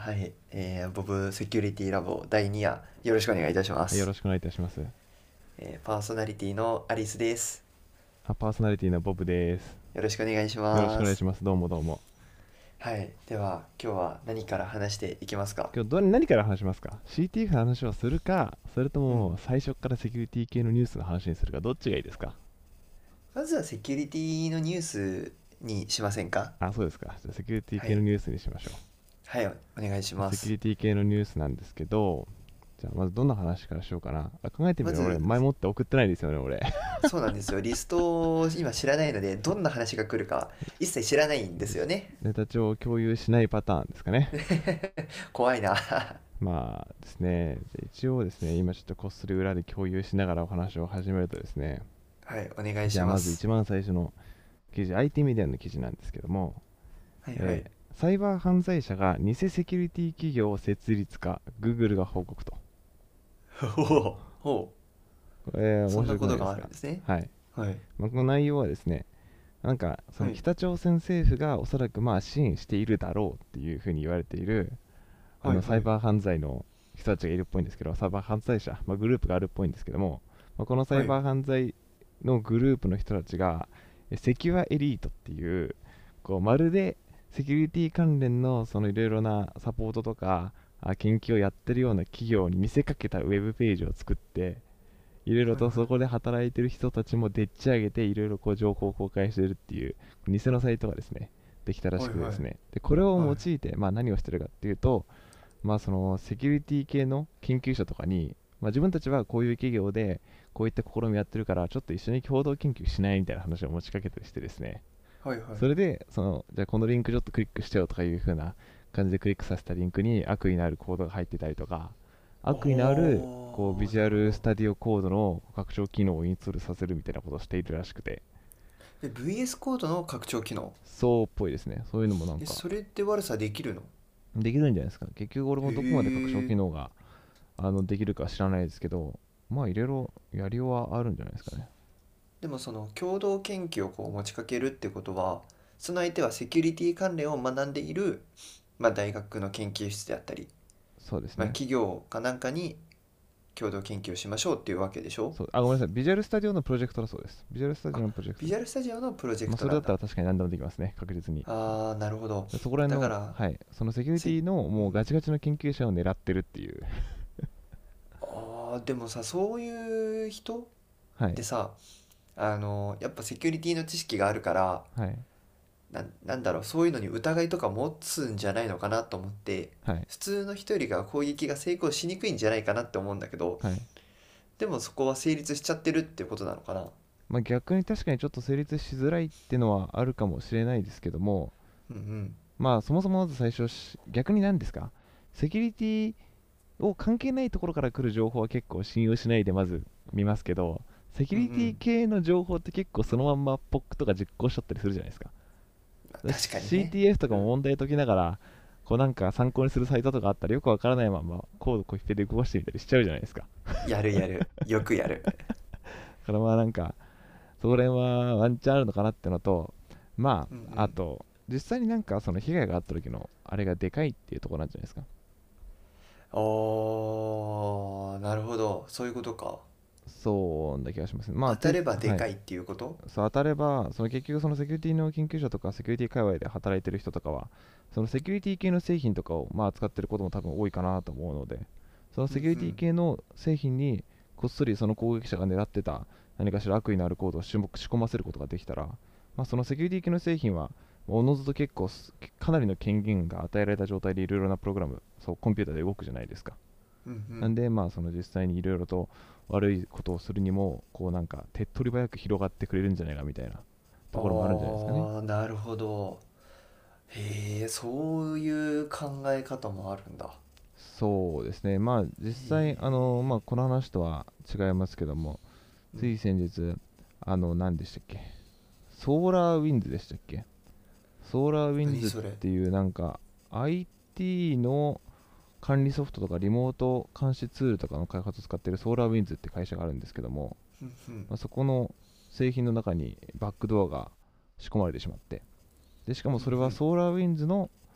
はい、ボブセキュリティラボ第2夜、よろしくお願いいたします。 よろしくお願いいたします。 パーソナリティのアリスです。 パーソナリティのボブです。 よろしくお願いしよろしくます。 お願いします。どうもどうも。 はい、では今日は何から話していきますか？ 今日何から話しますか？ CTF の話をするか、それとうん。 も最初からセキュリティ系のニュースの話にするか、どっちがいいですか？ まずはセキュリティのニュースにしませんか？ そうですか。じゃあセキュリティはい。 系のニュースにしましょはい、お願いしう。 ます。 セキュリティ系のニュースなんですけど、じゃあまずどんな話からしようかな。考えてみる。俺、 まず、 前もって送ってないですよね、俺。 そうなんですよ。リストを今知らないので、どんな話が来るか一切知らないんですよね。 ネタ帳を共有しないパターンですかね。 怖いな。はまあですね、じゃあ一応ですね、今ちょっとこっそり裏で共有しながらお話を始めるとですね、 い、お願いじゃあします。 まず一番最初の記事、IT メディアの記事なんですけども、 はいはい。 サイバー犯罪者が偽セキュリティ企業を設立か、Google が報告と。 ほうほこれそん面なことが白くないですか？ あるんですね。 はい。 はい。 この内容はですね、なんかそはい。 の北朝鮮政府がおそらく支援しているだろうっていうふうに言われているはいはい。 サイバー犯罪の人たちがいるっぽいんですけど、サイバー犯罪者、グループがあるっぽいんですけども、このサはい。 イバー犯罪のグループの人たちがセキュアエリートっていうまるでセキュリティ関連のそのいろいろなサポートとか研究をやってるような企業に見せかけたウェブページを作って、いろいろはいはい。 とそこで働いてる人たちもでっち上げて、いろいろ情報を公開してるっていう偽のサイトがですね、できたらしはいはい。 くですね、でこれをはい。 用いて、何をしてるかっていうと、そのセキュリティ系の研究者とかに、自分たちはこういう企業でこういった試みやってるからちょっと一緒に共同研究しないみたいな話を持ちかけたりしてですね、 はいはい。 それでじゃあこのリンクちょっとクリックしてよとかいう風な感じでクリックさせたリンクに悪意のあるコードが入ってたりとか、悪意のあるビおー、 ジュアなるほど。 ルスタディオコードの拡張機能をインストールさせるみたいなことをしているらしくて、 で、VS コードの拡張機能。 そうっぽいですね。そういうのもそれって悪さできるの？ できるんじゃないですか。結局俺へもどこまで拡張え。 機能ができるか知らないですけど、いろいろやりようはあるんじゃないですかね。 でもその共同研究を持ちかけるってことは、その相手はセキュリティ関連を学んでいる、大学の研究室であったり、 そうですね。 企業かなんかに共同研究をしましょうっていうわけでしょ？ ごめんなさい。ビジュアルスタジオのプロジェクトだそうです。ビジュアルスタジあ、 オのプロジェクト。 ビジュアルスタジオのプロジェクそれだトなんだ。 ったら確かに何でもできますね。確実に。 あー、なるほど。 でそこら辺の、 だから、 はい。そのセキュリテせ、 ィのもうガチガチの研究者を狙ってるっていう。 でもさ、そういう人っはい。 てさ、やっぱセキュリティの知識があるから、 はい。 なんだろう、そういうのに疑いとか持つんじゃないのかなと思って、 はい。 普通の人よりが攻撃が成功しにくいんじゃないかなって思うんだけど、 はい。 でもそこは成立しちゃってるってことなのかな？ 逆に確かにちょっと成立しづらいっていうのはあるかもしれないですけども、 うんうん。 そもそもまず最初逆に何ですか、セキュリティ関係ないところから来る情報は結構信用しないでまず見ますけど、セキュリティうんうん。 系の情報って結構そのまんまポックとか実行しちゃったりするじゃないですか。 確かにね。 CTF とかうん。 も問題解きながら、なんか参考にするサイトとかあったらよくわからないままコードコピペで動かしてみたりしちゃうじゃないですか。 やるやる。よくやる。 だからなんか、そこら辺はワンチャンあるのかなってのと、 うんうん。 あと、実際になんかその被害があった時のあれがでかいっていうところなんじゃないですか。 なるほど。そういうことか。 そうな気がしますね。 当たればではい。 かいっていうこと？ そう当たれば、結局そのセキュリティの研究者とかセキュリティ界隈で働いてる人とかは、そのセキュリティ系の製品とかを扱ってることも多分多いかなと思うので、そのセキュリティうんうん。 系の製品にこっそりその攻撃者が狙ってた何かしら悪意のあるコードを仕込ませることができたら、そのセキュリティ系の製品はおのずと結構かなりの権限が与えられた状態でいろいろなプログラム、そうコンピューターで動くじゃないですか。 うんうん。 なんで、その実際にいろいろと悪いことをするにも、なんか手っ取り早く広がってくれるんじゃないかみたいなところもあるんじゃないですかね。 なるほど。へえ、そういう考え方もあるんだ。 そうですね。実へ際、 え。 この話とは違いますけども、つうん。 い先日、何でしたっけ、ソーラーウィンズでしたっけ、ソーラーウィンズっ何それ？ ていうなんか、IT の管理ソフトとかリモート監視ツールとかの開発を使っているソーラーウィンズって会社があるんですけども、 うんうん。 そこの製品の中にバックドアが仕込まれてしまって、でしかもそれはうんうん。 ソーラーウィンズの、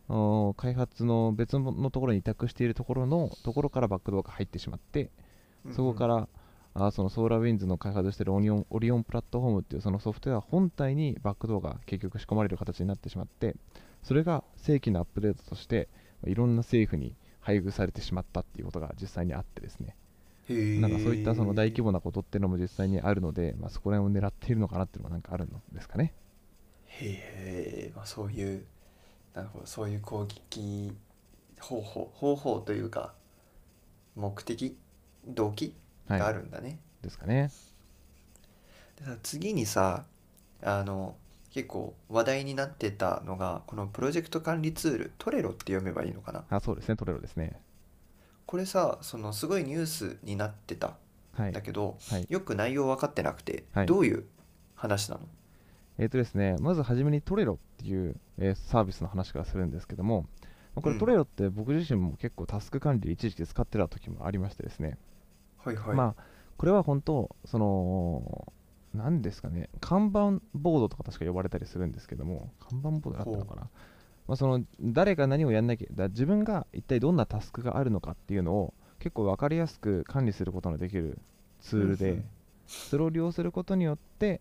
開発の別のところに委託しているところからバックドアが入ってしまって、 うんうん。 そこからそのソーラーウィンズの開発しているオリオンプラットフォームっていうそのソフトウェア本体にバックドアが結局仕込まれる形になってしまって、それが正規のアップデートとしていろんな政府に配布されてしまったっていうことが実際にあってですね、 へなんかそういったその大え。 規模なことっていうのも実際にあるので、そこら辺を狙っているのかなっていうのがなんかあるのですかね。 へえ、まあ、そういう、なるほど、そういう攻撃方法というか、目的、動機があはい。 るんだね。 ですかね。 でさ、次にさ、あの、結構話題になってたのが、このプロジェクト管理ツール、トレロって読めばいいのかな。 そうですね、トレロですね。 これさ、すごいニュースになってたんはい。 だけど、 はい。 よく内容分かってなくて、 はい。 どういう話なの？ ですね、まずはじめにトレロっていう、サービスの話からするんですけども、これトうん。 レロって僕自身も結構タスク管理で一時期使ってた時もありましてですね、 はいはい。 まあ、これは本当、何ですかね、看板ボードとか確か呼ばれたりするんですけども、看板ボードだったのほかな、誰が何をやんなきゃ、自分が一体どんなタスクがあるのかっていうのを結構分かりやすく管理することのできるツう。うんうールで、 ん。 それを利用することによって、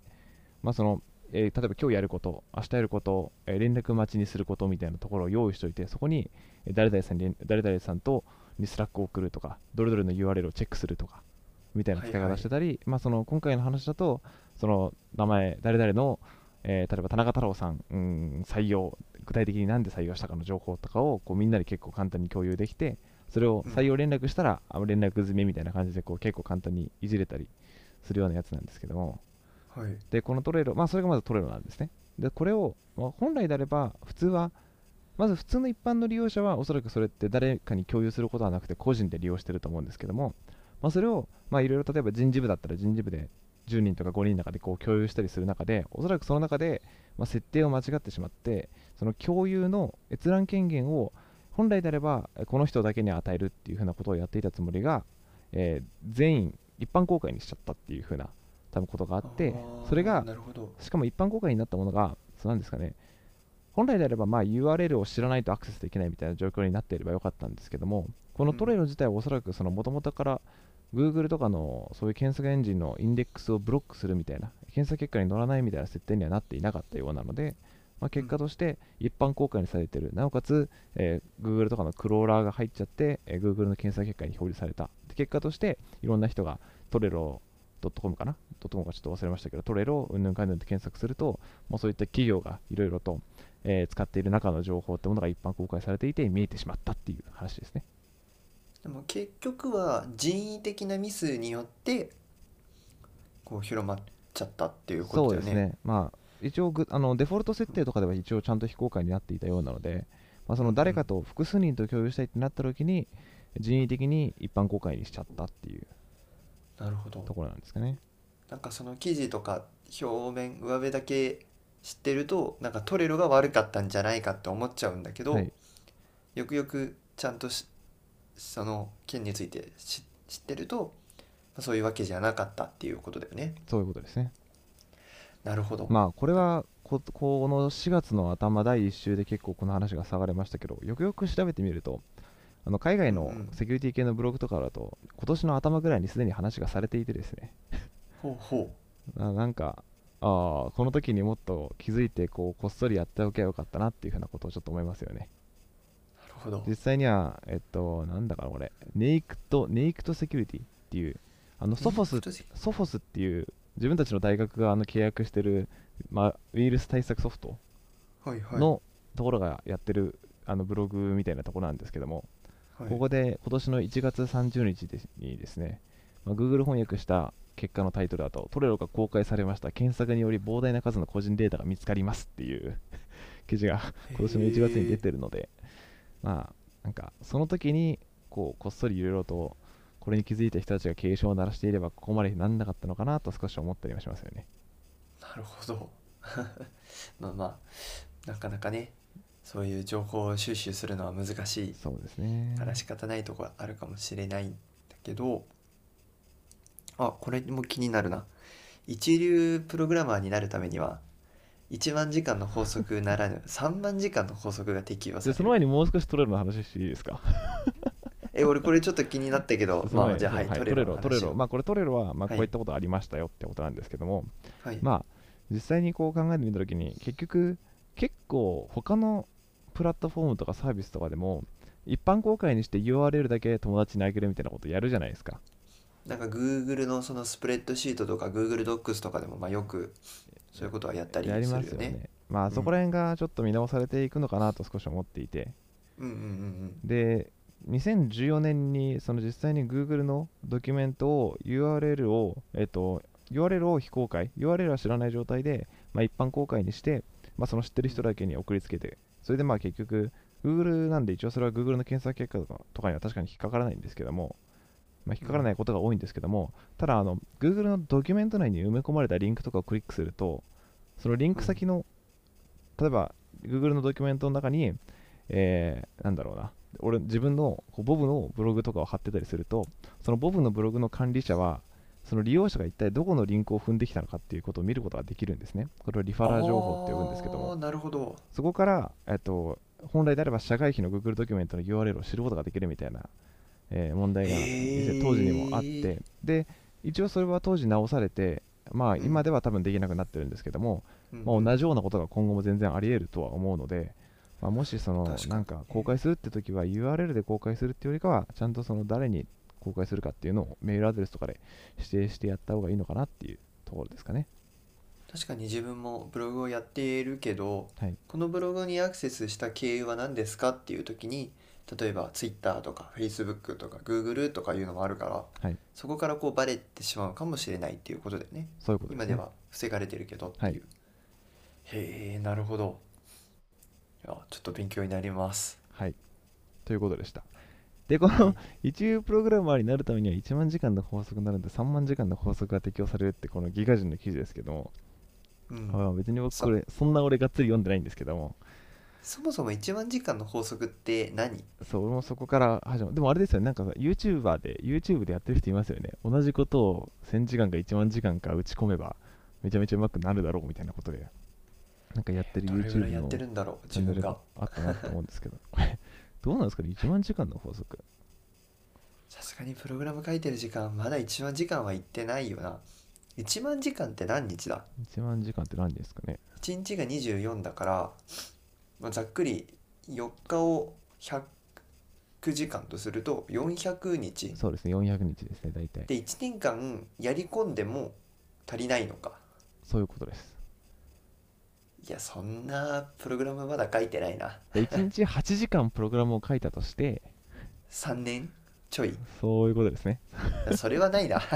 まあその例えば今日やること、明日やること、連絡待ちにすることみたいなところを用意しておいて、そこに誰々さんとにスラックを送るとか、どれぞれの URL をチェックするとか、みたいな使いはいはい。 方してたり、その今回の話だと、その名前、誰々の、例えば田中太郎さん、採用、具体的に何で採用したかの情報とかをこうみんなで結構簡単に共有できて、それをうん。 採用連絡したら、連絡済みみたいな感じでこう結構簡単にいじれたりするようなやつなんですけども、 はい。 で、このトレロ、それがまずトレロなんですね。で、これを、本来であれば、普通は、まず普通の一般の利用者は、おそらくそれって誰かに共有することはなくて、個人で利用してると思うんですけども、それを、いろいろ、例えば人事部だったら人事部で10人とか5人の中でこう共有したりする中で、おそらくその中で、設定を間違ってしまって、その共有の閲覧権限を、本来であれば、この人だけに与えるっていうふうなことをやっていたつもりが、全員一般公開にしちゃったっていうふうな多分ことがあっあて、それあ、 がなるほど。 しかも一般公開になったものが、そうなんですかね、本来であればURL を知らないとアクセスできないみたいな状況になっていればよかったんですけども、このトレうん。 ロ自体はおそらくもともとから Google とかのそういう検索エンジンのインデックスをブロックするみたいな、検索結果に載らないみたいな設定にはなっていなかったようなので、結うん。 果として一般公開にされている、なおかつ、Google とかのクローラーが入っちゃって、Google の検索結果に表示された。で結果としていろんな人がトレロ .com かな .com かちょっと忘れましたけど、トレロうんぬんかんぬんって検索すると、もうそういった企業がいろいろと、使っている中の情報ってものが一般公開されていて見えてしまったっていう話ですね。 でも結局は人為的なミスによってこう広まっちゃったっていうことだよね。 そうですね。一応デフォルト設定とかでは一応ちゃんと非公開になっていたようなので、その誰かうんうん。 と複数人と共有したいってなった時に人為的に一般公開にしちゃったっていうなるほど。 ところなんですかね。 なんかその記事とか表面上辺だけ知ってるとなんかトレロが悪かったんじゃないかって思っちゃうんだけど、 はい。 よくよくちゃんとその件について知ってると、まあそういうわけじゃなかったっていうことだよね。 そういうことですね。 なるほど。 これはこの4月の頭第1週で結構この話が騒がれましたけど、よくよく調べてみると、海外のうんうん。 セキュリティ系のブログとかだと、今年の頭ぐらいにすでに話がされていてですね、 ほうほなんか、この時にもっと気づいてこっそりやっておけばよかったなっていうふうなことをちょっと思いますよね。 う。なるほど。 実際には、なんだかなこれ、ネイクトセキュリティっていう、 ネイクトセソフォスっていう自分たちの大学が契約してる、ウイルス対策ソフトはいはいのところがやってるブログみたいなところなんですけども、 はい。 ここで今年の1月30日にですね、Google 翻訳した結果のタイトルだと、トレロが公開されました。検索により膨大な数の個人データが見つかりますっていう記事がへ今年の1月に出え。 てるので、なんかその時にこっそりいろいろとこれに気づいた人たちが警鐘を鳴らしていればここまでなんなかったのかなと少し思ったりはしますよね。 なるほど。まあまあ、なかなかね、そういう情報収集するのは難しいそうですね。 から仕方ないところはあるかもしれないんだけど、あ、これも気になるな。一流プログラマーになるためには 1万時間の法則ならぬ3万時間の法則が適用じゃあそされる。 の前にもう少しトレロの話していいですか？ 俺これちょっと気になったけど、 その前にじゃあはい、トレロのトレロ、 話を。 まあこれトレロはまあこはいういったことありましたよってことなんですけども、 はい。 まあ実際にこう考えてみたときに結局結構他のプラットフォームとかサービスとかでも一般公開にして URL だけ友達にあげるみたいなことやるじゃないですか。 なんか Google のそのスプレッドシートとか Google ドックスとかでもよくそういうことはやったりやりするよね。 ますよね。まあうんそこら辺がちょっと見直されていくのかなと少し思っていて、 うんうんうんで2014年にその実際に Google のドキュメントを URL をURL を非公開 URL は知らない状態で、まあ、一般公開にして、まあ、その知ってる人だけに送りつけて、それでまあ結局 Google なんで一応それは Google の検索結果とかには確かに引っかからないんですけども、まあ、引っかからないことが多いんですけども、ただGoogle のドキュメント内に埋め込まれたリンクとかをクリックすると、そのリンうんク先の例えば Google のドキュメントの中に、なんだろうな、自分のボブのブログとかを貼ってたりすると、そのボブのブログの管理者はその利用者が一体どこのリンクを踏んできたのかっていうことを見ることができるんですね。これをリファラー情報って呼ぶんですけども、 なるほど。 そこから、本来であれば社外費の Google ドキュメントの URL を知ることができるみたいな、問題が当時にもあっへえ。 て、で一応それは当時直されて、まあうん今では多分できなくなってるんですけども、まあ、 うんうん。 同じようなことが今後も全然あり得るとは思うので、まあ、もしその確かになんか公ね。 開するって時は URL で公開するっていうよりかはちゃんとその誰に公開するかっていうのをメールアドレスとかで指定してやった方がいいのかなっていうところですかね。 確かに自分もブログをやっているけど、 はい。 このブログにアクセスした経由は何ですかっていう時に、例えば Twitter とか Facebook とか Google とかいうのもあるから、 はい。 そこからこうバレてしまうかもしれないっていうことでね。 そういうことですね。 今では防がれてるけどっはい。 ていう。へえ、なるほど。いや、ちょっと勉強になります。 はい。ということでした。で、このはい。 一流プログラマーになるためには1万時間の法則になるんで3万時間の法則が適用されるってこのギガ人の記事ですけども、 うん。 別に僕こそ、 れそんな俺がっつり読んでないんですけども、 そもそも1万時間の法則って何？ そう、俺もそこから始まる。でもあれですよね、なんかさ、YouTube でやってる人いますよね。同じことを1000時間か1万時間か打ち込めば、めちゃめちゃ上手くなるだろうみたいなことで、なんかやってるどれぐら YouTube いやってのるんだろう、 チャンネルが自分が。 あったなと思うんですけど、これ、どうなんですかね、1万時間の法則。 さすがにプログラム書いてる時間、まだ1万時間はいってないよな。1万時間って何日だ？ 1万時間って何ですかね。 1 日が24だから、ざっくり4日を100時間とすると400日そうですね、400日ですね、大体。 で1年間やり込んでも足りないのか。 そういうことです。 いや、そんなプログラムまだ書いてないな。 で1日8時間プログラムを書いたとして、 3年ちょい。いそういうことですね。 やそれはないな。い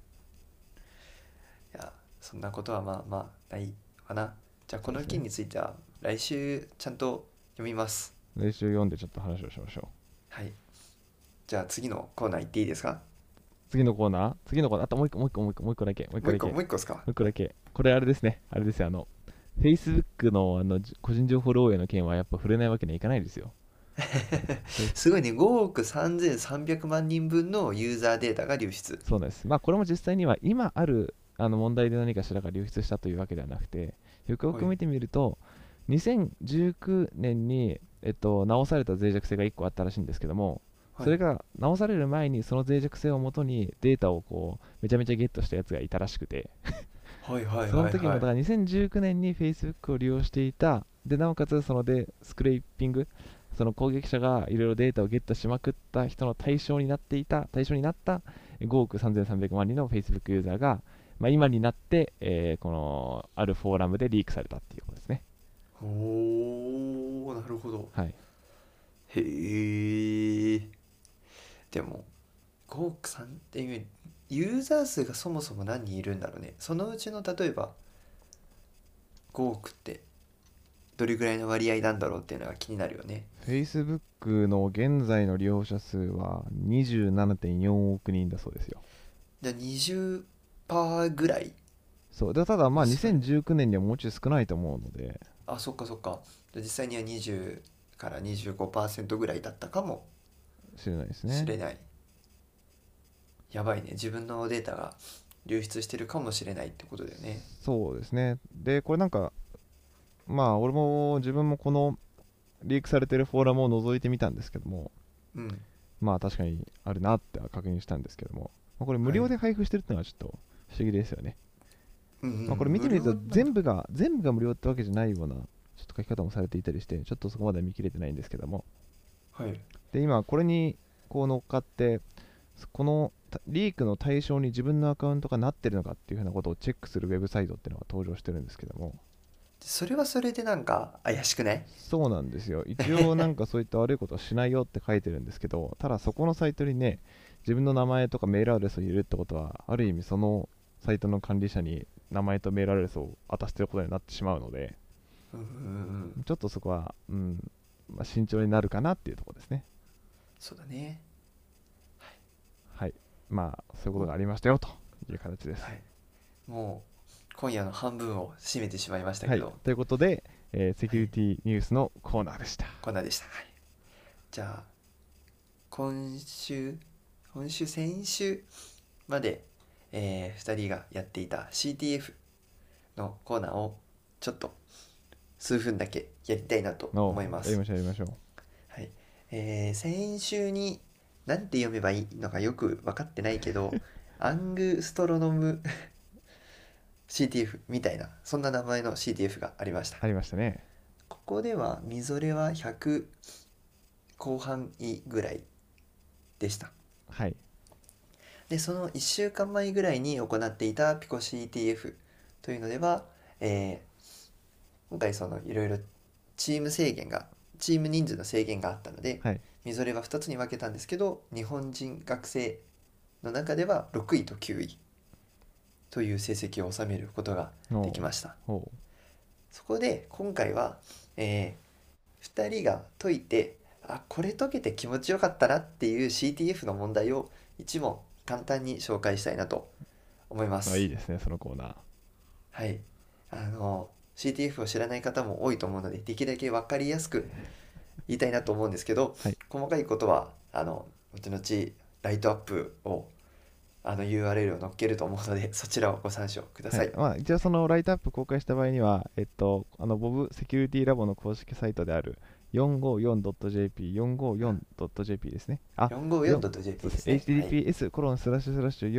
や、そんなことはないかな。じゃあこの件そうですね。 については来週ちゃんと読みます。 来週読んでちょっと話をしましょう。 はい。じゃあ次のコーナー行っていいですか？ 次のコーナー、あともう一個だけ、もう一個だけ、ももう一個ですか？ う一個だけ。これあれですね、あれですよ、Facebook の個人情報漏洩の件はやっぱ触れないわけにはいかないですよ。 すごいね、5億3300万人分のユーザーデータが流出。 そうなんです。まあこれも実際には今ある問題で何かしらが流出したというわけではなくて、よくよはい。 く見てみると、2019年に、直された脆弱性が1個あったらしいんですけども、 はい。 それが直される前にその脆弱性をもとにデータをこうめちゃめちゃゲットしたやつがいたらしくて、 はいはいそのはいはい。 時もだから2019年に Facebook を利用していた、でなおかつそのでスクレーピング、その攻撃者がいろいろデータをゲットしまくった人の対象になった5億3300万人の Facebook ユーザーが、まあ、今になって、このあるフォーラムでリークされたっていうことですね。 おー、なるほど。 はい。 へえ。でも、5億3っていう、ユーザー数がそもそも何人いるんだろうね。そのうちの例えば5億ってどれぐらいの割合なんだろうっていうのが気になるよね。 Facebook の現在の利用者数は27.4億人だそうですよ。 じゃあ20%ぐらいそう。で、ただまあされ、 2019年にはもうちょい少ないと思うので、 あ、そっかそっか。じゃあ実際には20から25%ぐらいだったかもしれないですね。 しれない。やばいね。自分のデータが流出してるかもしれないってことだよね。 そうですね。で、これなんかまあ俺も自分もこのリークされてるフォーラムを覗いてみたんですけども、 うん。 まあ確かにあるなって確認したんですけども、まあ、これ無はい。 料で配布してるってのはちょっと不思議ですよね。 うんうまあこれん。無見てみると料なんだ。 全部が無料ってわけじゃないようなちょっと書き方もされていたりして、ちょっとそこまでは見切れてないんですけども、 はい。 で今これにこう乗っかって、このリークの対象に自分のアカウントがなってるのかっていうふうなことをチェックするウェブサイトっていうのが登場してるんですけども、 それはそれでなんか怪しくない？ そうなんですよ。一応なんかそういった悪いことはしないよって書いてるんですけど、ただそこのサイトにね、自分の名前とかメールアドレスを入れるってことは、ある意味そのサイトの管理者に名前とメールアドレスを渡してることになってしまうので、 うんうんうん。 ちょっとそこは、まあ、慎重になるかなっていうところですね。 そうだね。 はい。まあ、そういうことお、 がありましたよという形です。 はい。もう今夜の半分を占めてしまいましたはい。 けど、 ということで、セキュリはい。 ティニュースのコーナーでした。 こんなでした。はい。じゃあ、今週、先週まで、2人がやっていた CTF のコーナーをちょっと数分だけやりたいなと思います。 やりましょう、やりましょう。 はい。先週に何て読めばいいのかよく分かってないけど、アングストロノム CTF みたいな、そんな名前の CTF がありました。 ありましたね。 ここでは、みぞれは100後半位ぐらいでした。 はい。 で、その1週間前ぐらいに行っていたピコ CTF というのでは、えー今回そのいろいろチーム制限が、チーム人数の制限があったので、 はい。 みぞれは2つに分けたんですけど、日本人学生の中では6位と9位という成績を収めることができおました。 おそこで今回は、2人が解いて、あ、これ解けて気持ちよかったなっていう CTF の問題を1問簡単に紹介したいなと思いまいいす。 ですね、そのコーナー。 はい。CTF を知らない方も多いと思うので、できるだけ分かりやすく言いたいなと思うんですけど、 はい。 細かいことは、後々ライトアップを、URL を載っけると思うので、そちらをご参照くだはい。 さい。 まあ、一応そのライトアップ公開した場合には、ボブセキュリティラボの公式サイトである 454.jp、454.jp ですね。あ、4、 454.jp そうです。 ですね。はい。 https コロンスラッシュスラッシュ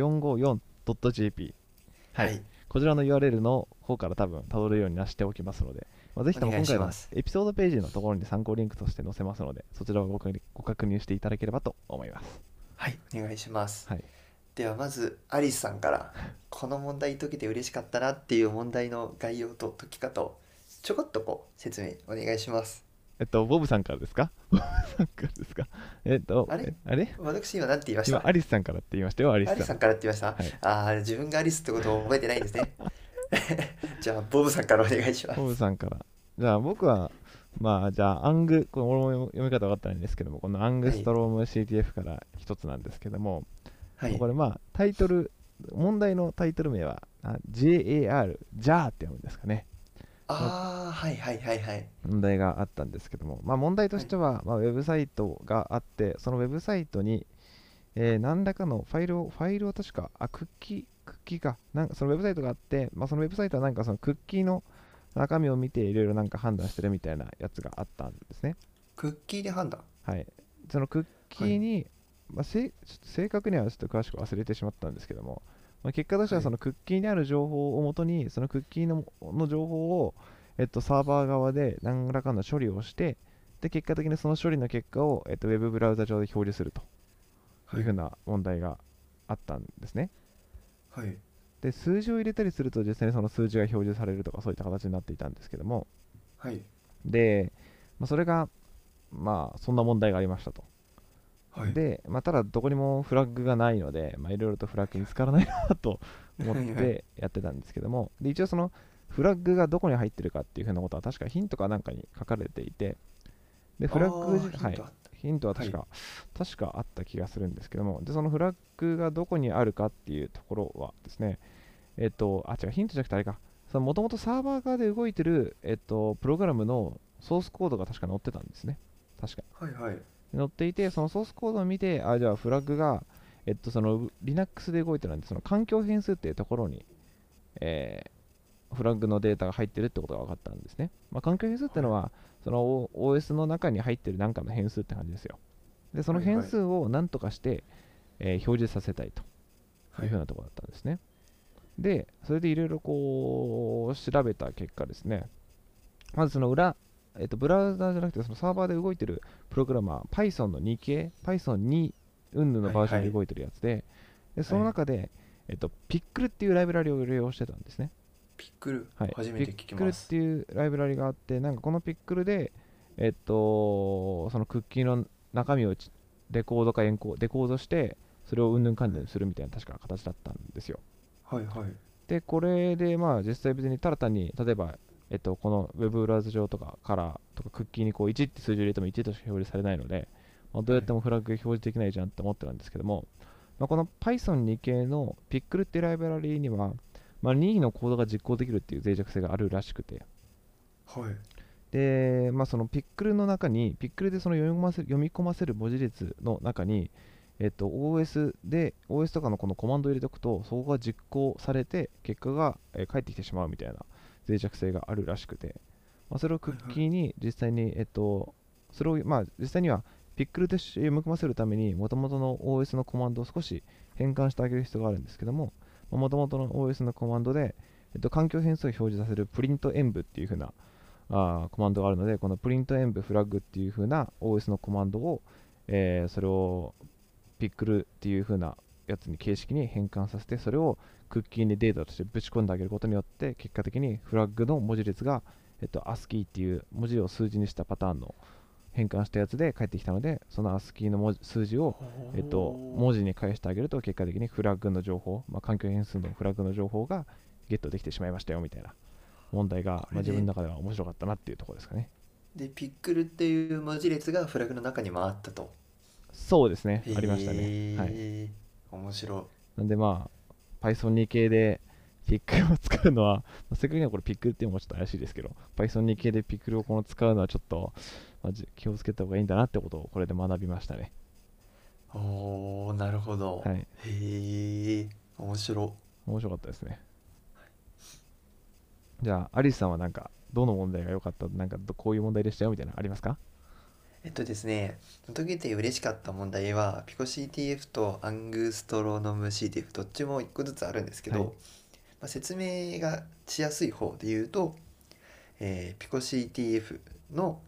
454.jp。はい。 はい。 こちらの URL の方から多分辿れるようになしておきますので、まあ、ぜひお願いとも今回します。 のエピソードページのところに参考リンクとして載せますので、そちらをご確認していただければと思います。 はい。お願いします。 はい。 では、まず、アリスさんから、この問題解けて嬉しかったなっていう問題の概要と解き方を、ちょこっと説明お願いします。 ボブさんからですか？ボブさんからですか？ あれ、 あれ私今何て言いまし今、 た？ アリスさんからって言いましたよ、アリスさん。 アリスさんからって言いました？ はい。 自分がアリスってことを覚えてないんですね。じゃあ、ボブさんからお願いしまボブす。 さんから。じゃあ、僕は、まあ、じゃあ、これ俺も読み方分かったんですけども、このアングはい。 ストローム CTF から一つなんですけども、 はい。 これまあ、問題のタイトル名は、JAR、ジャーって読むんですかね。のはいはいはいはい。 問題があったんですけども、まあ、問題とはい。 しては、まあ、ウェブサイトがあって、そのウェブサイトに、何らかのファイルを確か、クッキーか、なんかそのウェブサイトがあって、まあ、そのウェブサイトはなんかそのクッキーの中身を見ていろいろなんか判断してるみたいなやつがあったんですね。 クッキーで判断。 はい。そのクッキはい。 ーに、ちょっと正確にはちょっと詳しく忘れてしまったんですけども、まあ、結果としてははい。 そのクッキーにある情報をもとに、そのクッキーの情報を、サーバー側で何らかの処理をして、で、結果的にその処理の結果を、ウェブブラウザ上で表示するといはい。 うふうな問題があったんですね。 はい。 で、数字を入れたりすると実際にその数字が表示されるとかそういった形になっていたんですけども、 はい。 で、それが、まあ、そんな問題がありましたと。 はい。 で、ただどこにもフラッグがないので、いろいろとフラッグ見つからないなと思っはい。はい。 てやってたんですけども、で、一応そのフラッグがどこに入ってるかっていうふうなことは確かヒントかなんかに書かれていて、で、はい、 ヒントあった。 ヒントははい。 確かあった気がするんですけども、で、そのフラッグがどこにあるかっていうところはですね、違う、ヒントじゃなくてあれか、もともとサーバー側で動いてる、プログラムのソースコードが確か載ってたんですね。確か。 はい。はい。 載っていて、そのソースコードを見て、あ、じゃあフラッグが、その Linux で動いてるんで、その環境変数っていうところに、えフラグのデータが入ってるってことが分かったんですね。環境変数っていうのは、その OS の中に入ってる何かの変数って感じですよ。で、その変数を何とかして、表示させたいというふうなところだったんですね。で、それでいろいろこう調べた結果ですね、まずそのブラウザーじゃなくてそのサーバーで動いてるプログラマー、Python の2系、Python2 云々のバージョンで動いてるやつで、その中で、ピックルっていうライブラリを利用してたんですね。 ピックル、 はい、 初めて聞きます。 ピックルっていうライブラリがあって、なんかこのピックルで、そのクッキーの中身をデコードかデコードして、それをうんぬんかんぬんするみたいな確か形だったんですよ。 はいはい。 で、これで実際別にただ単に、例えば、この Web ブラウザ上とかカラーとかクッキーにこう1って数字を入れても1としか表示されないので、どうやってもフラッグ表示できないじゃんって思ってたんですけども、この Python2 系の Pickle っていうライブラリには、任意のコードが実行できるっていう脆弱性があるらしくて、 はい。 で、その Pickle の中に、Pickle でその読み込ませる文字列の中に、OS とかのこのコマンドを入れておくと、そこが実行されて、結果が、返ってきてしまうみたいな脆弱性があるらしくて、それをクッキーに実際に、それを、実際には、ピックルで読み込ませるために、元々の OS のコマンドを少し変換してあげる必要があるんですけども、元々の OS のコマンドで、環境変数を表示させるプリント演武っていう風なコマンドがあるので、このプリント演武フラッグっていう風な OS のコマンドを、それをピックルっていう風なやつに形式に変換させて、それをクッキーにデータとしてぶち込んであげることによって、結果的にフラッグの文字列が、ASCII っていう文字を数字にしたパターンの変換したやつで返ってきたので、その ASCII の数字を、文字に返してあげると、結果的にフラッグの情報、環境変数のフラッグの情報がゲットできてしまいましたよみたいな問題が、自分の中では面白かったなっていうところですかね。 で、ピックルっていう文字列がフラグの中にもあったと。 そうですね、 へありましたね。はい。 え、面白なんでPython2 系でピックルを使うのは、正確にはこれピックルっていうのもちょっと怪しいですけど、Python2 系でピックルを使うのはちょっと、気をつけた方がいいんだなってことをこれで学びましたね。 い。おー、なるほど。 はい。 へえ、面白。 面白かったですね。じゃあ、アリスさんはどの問題が良かった、こういう問題でしたよみたいなのありますか？ ですね、解けて嬉しかった問題は、ピコ CTF とアングストロノム CTF どっちも1個ずつあるんですけはい。 ど、説明がしやすい方で言うと、ピコ CTF の、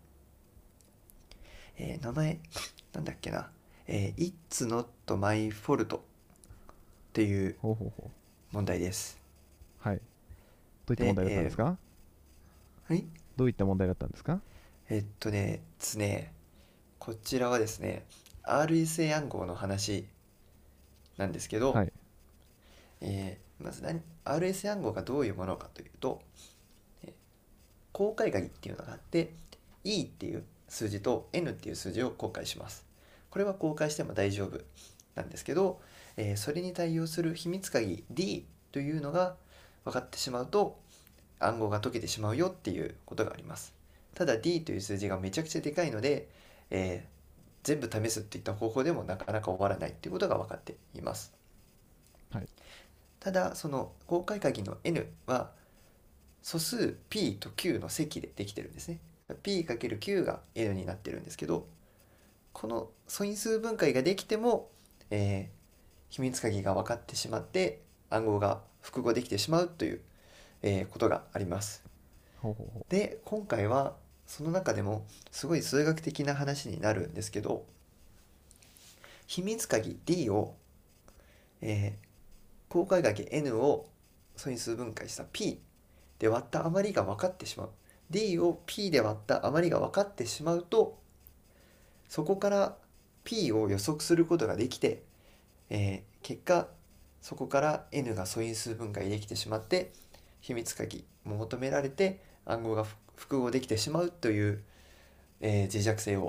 名前、なんだっけな、It's not my fault っていうほうほうほう。 問題です。 はい。どういった問で、 題だったんですか？ はい。 どういった問題だったんですか？ ですね、こちらはですね、RSA 暗号の話なんですけど、 はい。 まずRSA 暗号がどういうものかというと、えー公開鍵っていうのがあって、E っていう数字と N っていう数字を公開します。これは公開しても大丈夫なんですけど、それに対応する秘密鍵 D というのが分かってしまうと、暗号が解けてしまうよっていうことがあります。ただ D という数字がめちゃくちゃでかいので、全部試すっていった方法でもなかなか終わらないっていうことが分かっています。 はい。 ただその公開鍵の N は素数 P と Q の積でできてるんですね。P×Q が N になってるんですけど、この素因数分解ができても、秘密鍵が分かってしまって暗号が複合できてしまうという、ことがあります。 ほうほうほで、今回はその中でもすごい数学的な話になるんですけど、秘密鍵 D を、え公開鍵 N を素因数分解した P で割った余りが分かってしまう。D を P で割った余りが分かってしまうと、そこから P を予測することができて、結果そこから N が素因数分解できてしまって秘密鍵も求められて暗号が複合できてしまうという、脆弱性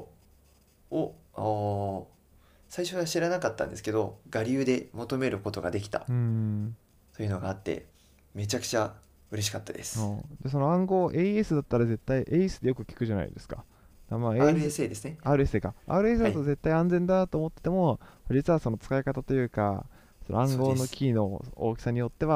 を最初は知らなかったんですけど、我流で求めることができたう。 というのがあって、めちゃくちゃ嬉しかったです。 で、その暗号 AES だったら絶対 AES でよく聞くじゃないですか。AES、 RSA ですね。 RSA か。RSA はい。 だと絶対安全だと思ってても、実はその使い方というか、その暗号のそうです。 キーの大きさによっては、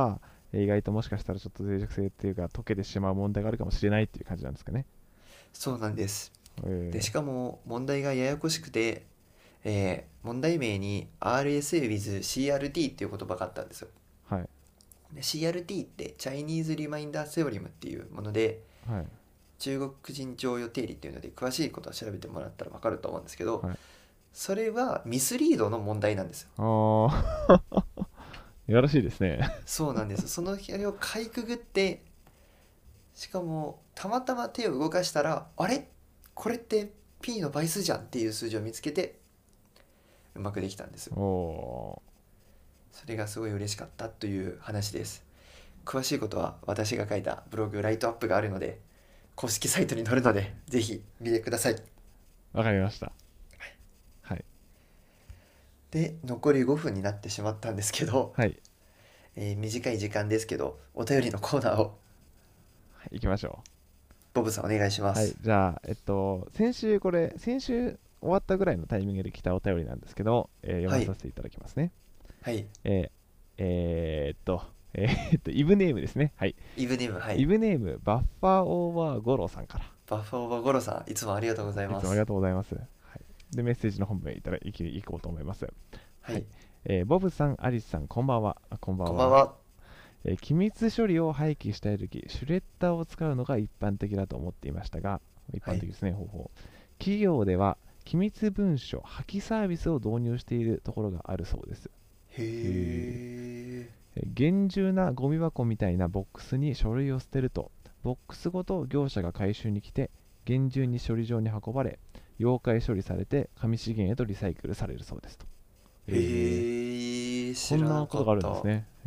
意外ともしかしたらちょっと脆弱性っていうか溶けてしまう問題があるかもしれないっていう感じなんですかね。 そうなんです。で、しえかも問題がややこしくて、問題名に RSA with CRT っていう言葉があったんですよ。 はい。 で CRT ってチャイニーズリマインダーセオリムっていうもので、 はい。 中国人常用定理っていうので詳しいことは調べてもらったら分かると思うんですけど、 はい。 それはミスリードの問題なんですよ。 ああ、いやらしいですね。 そうなんです。そのあれをかいくぐって、しかもたまたま手を動かしたら、あれこれって P の倍数じゃんっていう数字を見つけてうまくできたんです。 おそれがすごい嬉しかったという話です。詳しいことは私が書いたブログライトアップがあるので、公式サイトに載るのでぜひ見てください。 ー、わかりました。はい。 で、残り5分になってしまったんですけど、 はい。 短い時間ですけどお便りのコーナーを行きましょボブさんお願いしまう。はい。 す。 じゃあ、先週終わったぐらいのタイミングで来たお便りなんですけど、読はいまさせていただきますね。 はい。 えーえーっと、イブネームですね。はい。 イブネーム、はい。 イブネーム、バッファーオーバーゴロさんから。 バッファオーバーゴロさん、いつもありがとうございます。 いつもありがとうございます。はい、で、メッセージの本文いこうと思います。はい。 はい。 ボブさん、アリスさん、こんばんは。こんばんは。 こんばんは。 機密処理を廃棄したいとき、シュレッダーを使うのが一般的だと思っていましたが、一はい。 般的ですね、方法。企業では、機密文書破棄サービスを導入しているところがあるそうです。 へえ。 厳重なゴミ箱みたいなボックスに書類を捨てると、ボックスごと業者が回収に来て、厳重に処理場に運ばれ、溶解処理されて紙資源へとリサイクルされるそうですと。 へえ、 こ知らなんなことがあるんですかった。 ね。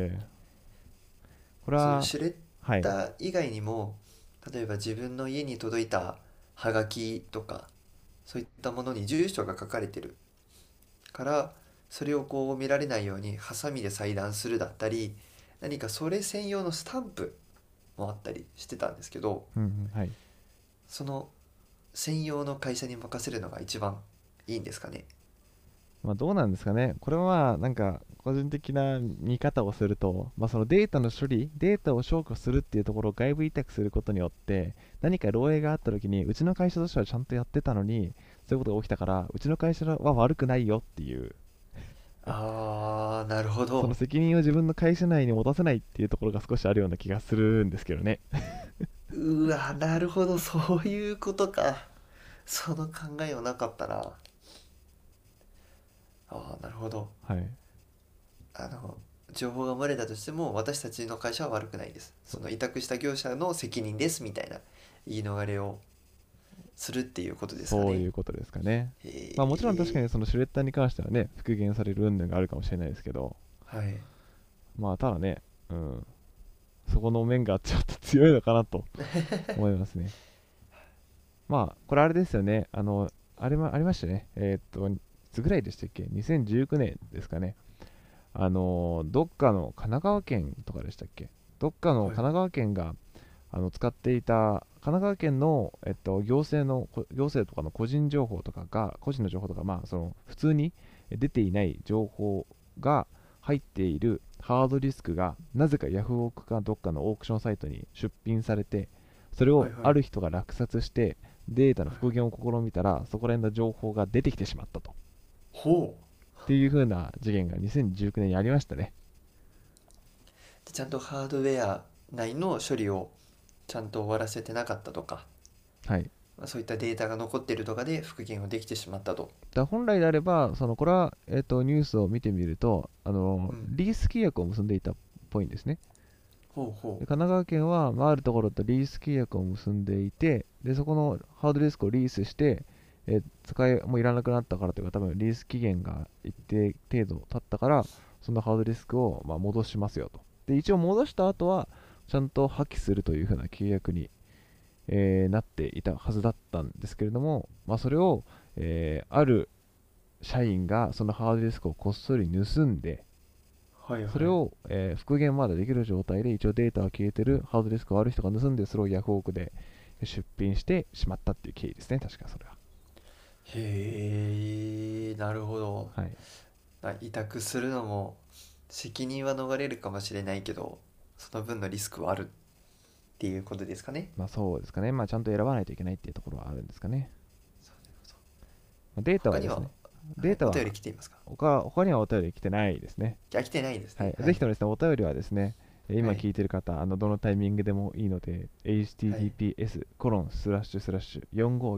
これそのは、 シュレッはい。 ダー以外にも、例えば自分の家に届いたハガキとか、そういったものに住所が書かれてるから、それをこう見られないようにハサミで裁断するだったり、何かそれ専用のスタンプもあったりしてたんですけど、 うん、はい。 その専用の会社に任せるのが一番いいんですかね。 まあ、どうなんですかね。これは、なんか、個人的な見方をすると、まあ、そのデータの処理、データを消去するっていうところを外部委託することによって、何か漏洩があった時に、うちの会社としてはちゃんとやってたのに、そういうことが起きたから、うちの会社は悪くないよっていう、 あー、なるほそのど。 責任を自分の会社内に持たせないっていうところが少しあるような気がするんですけどね。 うわ、なるほど、そういうことか。その考えはなかったな。あー、なるほど。 はい。 あの、情報が漏れたとしても、私たちの会社は悪くないです。その委託した業者の責任ですみたいな言い逃れをするっていうことですかね。 そういうことですかね。 へまあもちろん確かえ、 にそのシュレッダーに関してはね、復元される云々があるかもしれないですけど、 はい。 まあただね、うん、そこの面がちょっと強いのかなと思いますね。まあ、これあれですよね。ありましたね。いつぐらいでしたっけ？ 2019 年ですかね。どっかの神奈川県とかでしたっけ？どっかのはい。 神奈川県が使っていた神奈川県の、行政とかの個人情報とかが、個人の情報とか、まあ、その普通に出ていない情報が入っているハードディスクがなぜかヤフオクかどっかのオークションサイトに出品されて、それをはいはい。 ある人が落札してデータのはい。 復元を試みたら、そこら辺の情報が出てきてしまったと。 ほう。 っていう風な事件が2019年にありましたね。 でちゃんとハードウェア内の処理をちゃんと終わらせてなかったとか、 はい。 まあそういったデータが残っているとかで復元をできてしまったと。 本来であれば、これは、ニュースを見てみると、 うん。 リース契約を結んでいたっぽいんですね。 ほうほで神奈川県は、まあ、あるところとリース契約を結んでいて、で、そこのハードディスクをリースして、もういらなくなったからというか、多分リース期限が一定程度経ったから、そのハードディスクを、まあ、戻しますよと。で、一応戻した後は、ちゃんと破棄するというふうな契約に、なっていたはずだったんですけれども、まあ、それを、ある社員がそのハードディスクをこっそり盗んで、 う。はいはい。 それを、復元まだできる状態で一応データが消えてるハードディスクをある人が盗んでそれをヤフオクで出品してしまったっていう経緯ですね、確かそれは。 へえ、なるほど。 はい。 委託するのも責任は逃れるかもしれないけど、 その分のリスクはあるっていうことですかね。 まあそうですかね。まあちゃんと選ばないといけないっていうところはあるんですかね。 そうそうまあデータは他には、 ですね、 はい、お便りデータは来ていますか？ 他にはお便り来てないですね。 来てないですはい。 ね。はい。 ぜひともですね、お便りはですね、今はい。 聞いてる方、どのタイミングでもいいので、 はい。 https コロンスラッシュスラッシュ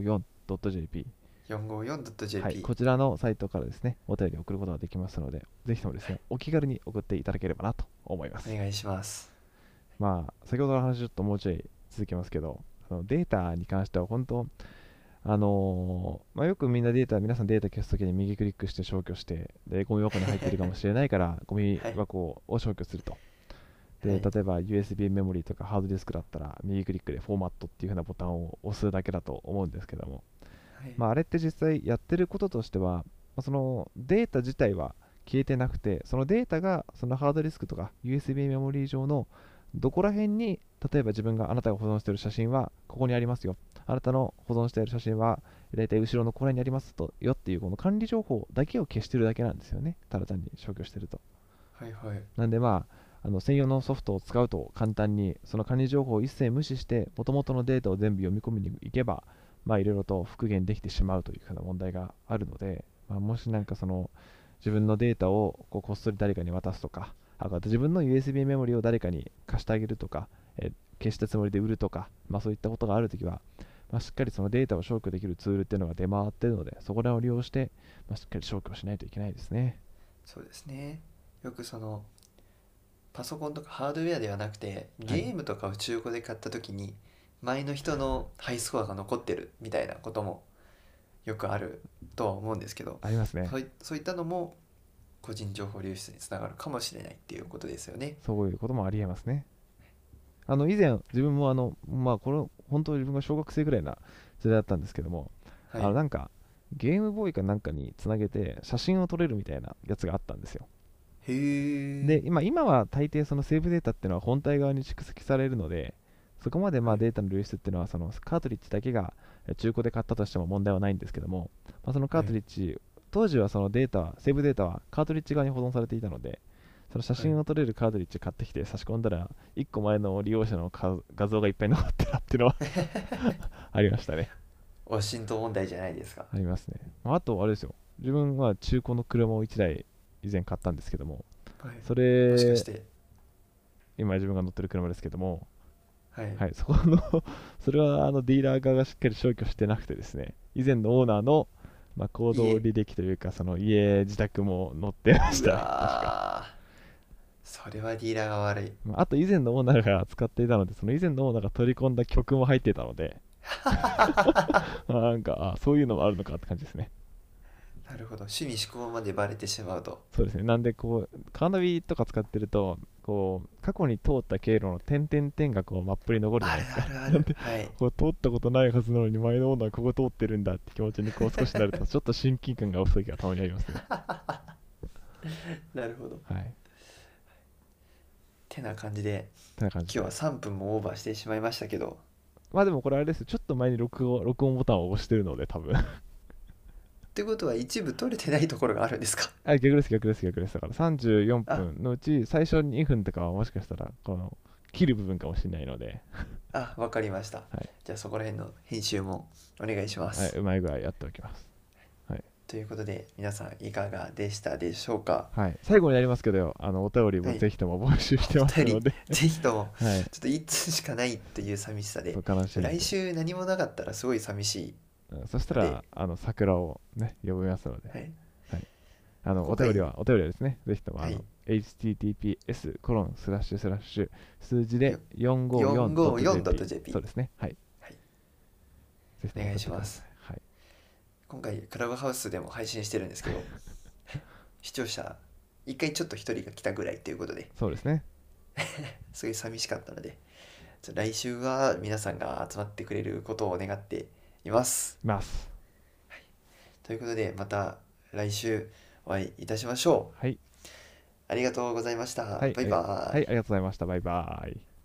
454.jp、 はい、こ 454.jp。 ちらのサイトからですね、お便りを送ることができますので、ぜひともですね、お気軽に送っていただければなと思います。 お願いします。 まあ、先ほどの話ちょっともうちょい続けますけど、データに関しては本当、まあ、よく皆さんデータ消すときに右クリックして消去して、で、ゴミ箱に入ってるかもしれないから、ゴミはい。 箱を消去すると。で、 はい。 例えば USB メモリーとかハードディスクだったら、右クリックでフォーマットっていう風なボタンを押すだけだと思うんですけども、 はい。 まあ、あれって実際やってることとしては、まあそのデータ自体は消えてなくて、そのデータがそのハードディスクとか USB メモリー上のどこら辺に、例えばあなたが保存している写真はここにありますよ。あなたの保存している写真は大体後ろのこれにありますとよっていうこの管理情報だけを消してるだけなんですよね。ただ単に消去してると。 はい。はい。 なんでまあ、専用のソフトを使うと簡単にその管理情報を一切無視して元々のデータを全部読み込みに行けば、まあいろいろと復元できてしまうというふうな問題があるので、まあ、もしなんかその自分のデータをこっそり誰かに渡すとか、あと自分の USB メモリを誰かに貸してあげるとか、消したつもりで売るとか、まあそういったことがあるときは、まあ、しっかりそのデータを消去できるツールっていうのが出回っているので、そこらを利用して、まあ、しっかり消去しないといけないですね。 そうですね。よくそのパソコンとかハードウェアではなくてゲはい。 ームとかを中古で買った時に前の人のハイスコアが残ってるみたいなこともよくあるとは思うんですけど、 ありますね。 そういったのも個人情報流出につながるかもしれないっていうことですよね。 そういうこともありえますね。以前、自分もまあ、本当に自分が小学生ぐらいな時代だったんですけども、 はい。 なんか、ゲームボーイかなんかにつなげて写真を撮れるみたいなやつがあったんですよ。 へえ。 で、今は大抵そのセーブデータっていうのは本体側に蓄積されるので、そこまでまはい。 あデータの流出っていうのはそのカートリッジだけが中古で買ったとしても問題はないんですけども、まあ、そのカーはい。 トリッジ、当時はそのセーブデータはカートリッジ側に保存されていたので、その写はい。 真を撮れるカートリッジ買ってきて差し込んだら、1個前の利用者の画像がいっぱい残ってたっていうのはありましたね。 ワシントン問題じゃないですか。 ありますね。あと、あれですよ。自分は中古の車を1台以前買ったんですけども、 はい。 それ、 もしかして、 今自分が乗ってる車ですけども、 はい。 はい、それはディーラー側がしっかり消去してなくてですね、以前のオーナーの、まあ、行動いえ。 履歴というか、その自宅も載ってましうたね、確か。 わー。それはディーラーが悪い。 まああと以前のオーナーが使っていたので、その以前のオーナーが取り込んだ曲も入っていたので、なんか、そういうのもあるのかって感じですね。 なるほど。趣味嗜好までバレてしまうと。 そうですね。なんで、カーナビとか使ってると、過去に通った経路の点々点がマップに残るじゃあるないですか。 あるあなんる。 で、 はい。 通ったことないはずなのに、前のオーナーここ通ってるんだって気持ちに少しなると、ちょっと親近感が湧く時がたまにありますね。 なるほど。 はい。 てな感じで、 てな感じ今日はで。 3分もオーバーしてしまいましたけど、 まあでもこれあれですよ。ちょっと前に録音ボタンを押してるので、多分。 ってことは一部取れてないところがあるんですか？ 逆です。だから34 あ、 分のうち、最初2分とかはもしかしたら、切る部分かもしれないので、 わかりました。 はい。 じゃあそこら辺の編集もお願いしまはい、 す。 うまい具合やっておきます。はい。 ということで、皆さんいかがでしたでしょうか？ はい。最後になりますけど、お便りはい。 もぜひとも募集してまお便り、 すので、 ぜひとも、 はい。 ちょっと一通しかないという寂しさで、 そう悲しいの来で、 週何もなかったらすごい寂しいそしたので、 ら、桜をね、呼びますので、 はい。 はい。 今回、 お便りはですね、ぜひとも、 はい。 https コロンスラッシュスラッシュ数字でよ 454.jp。そ 454.jp。 うですね。はい。 はい。 ぜひともお願い送ってください。 します。 はい。 今回、クラブハウスでも配信してるんですけど、視聴者、一回ちょっと一人が来たぐらいということで、 そうですね。 すごい寂しかったので、来週は皆さんが集まってくれることを願っています。 います。 ということで、また来週お会いいたしましょう。 はい。 ありがとうございました。 はい。 バイバーイ。 はい。ありがとうございました。バイバイ。